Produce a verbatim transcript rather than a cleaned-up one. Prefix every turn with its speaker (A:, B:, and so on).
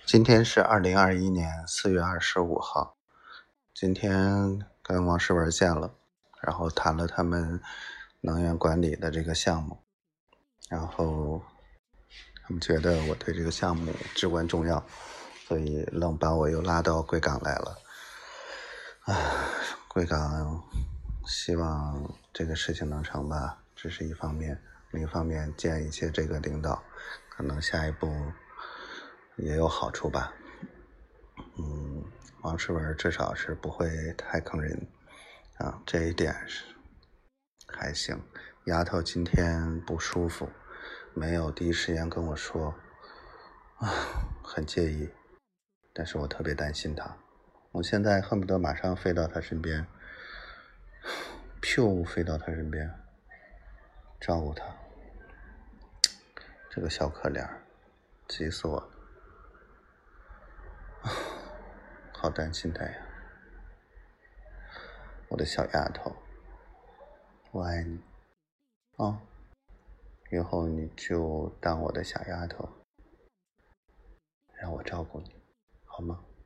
A: 今天是二零二一年四月二十五号，今天跟王世文见了，然后谈了他们能源管理的这个项目，然后他们觉得我对这个项目至关重要，所以愣把我又拉到贵港来了。啊，贵港希望这个事情能成吧，这是一方面，另一方面见一些这个领导，可能下一步也有好处吧。嗯，王世文至少是不会太坑人啊，这一点是还行。丫头今天不舒服，没有第一时间跟我说，啊，很介意，但是我特别担心她，我现在恨不得马上飞到她身边，咻飞到她身边，照顾她。这个小可怜，急死我了，好担心她呀，我的小丫头，我爱你啊，以后你就当我的小丫头，让我照顾你，好吗？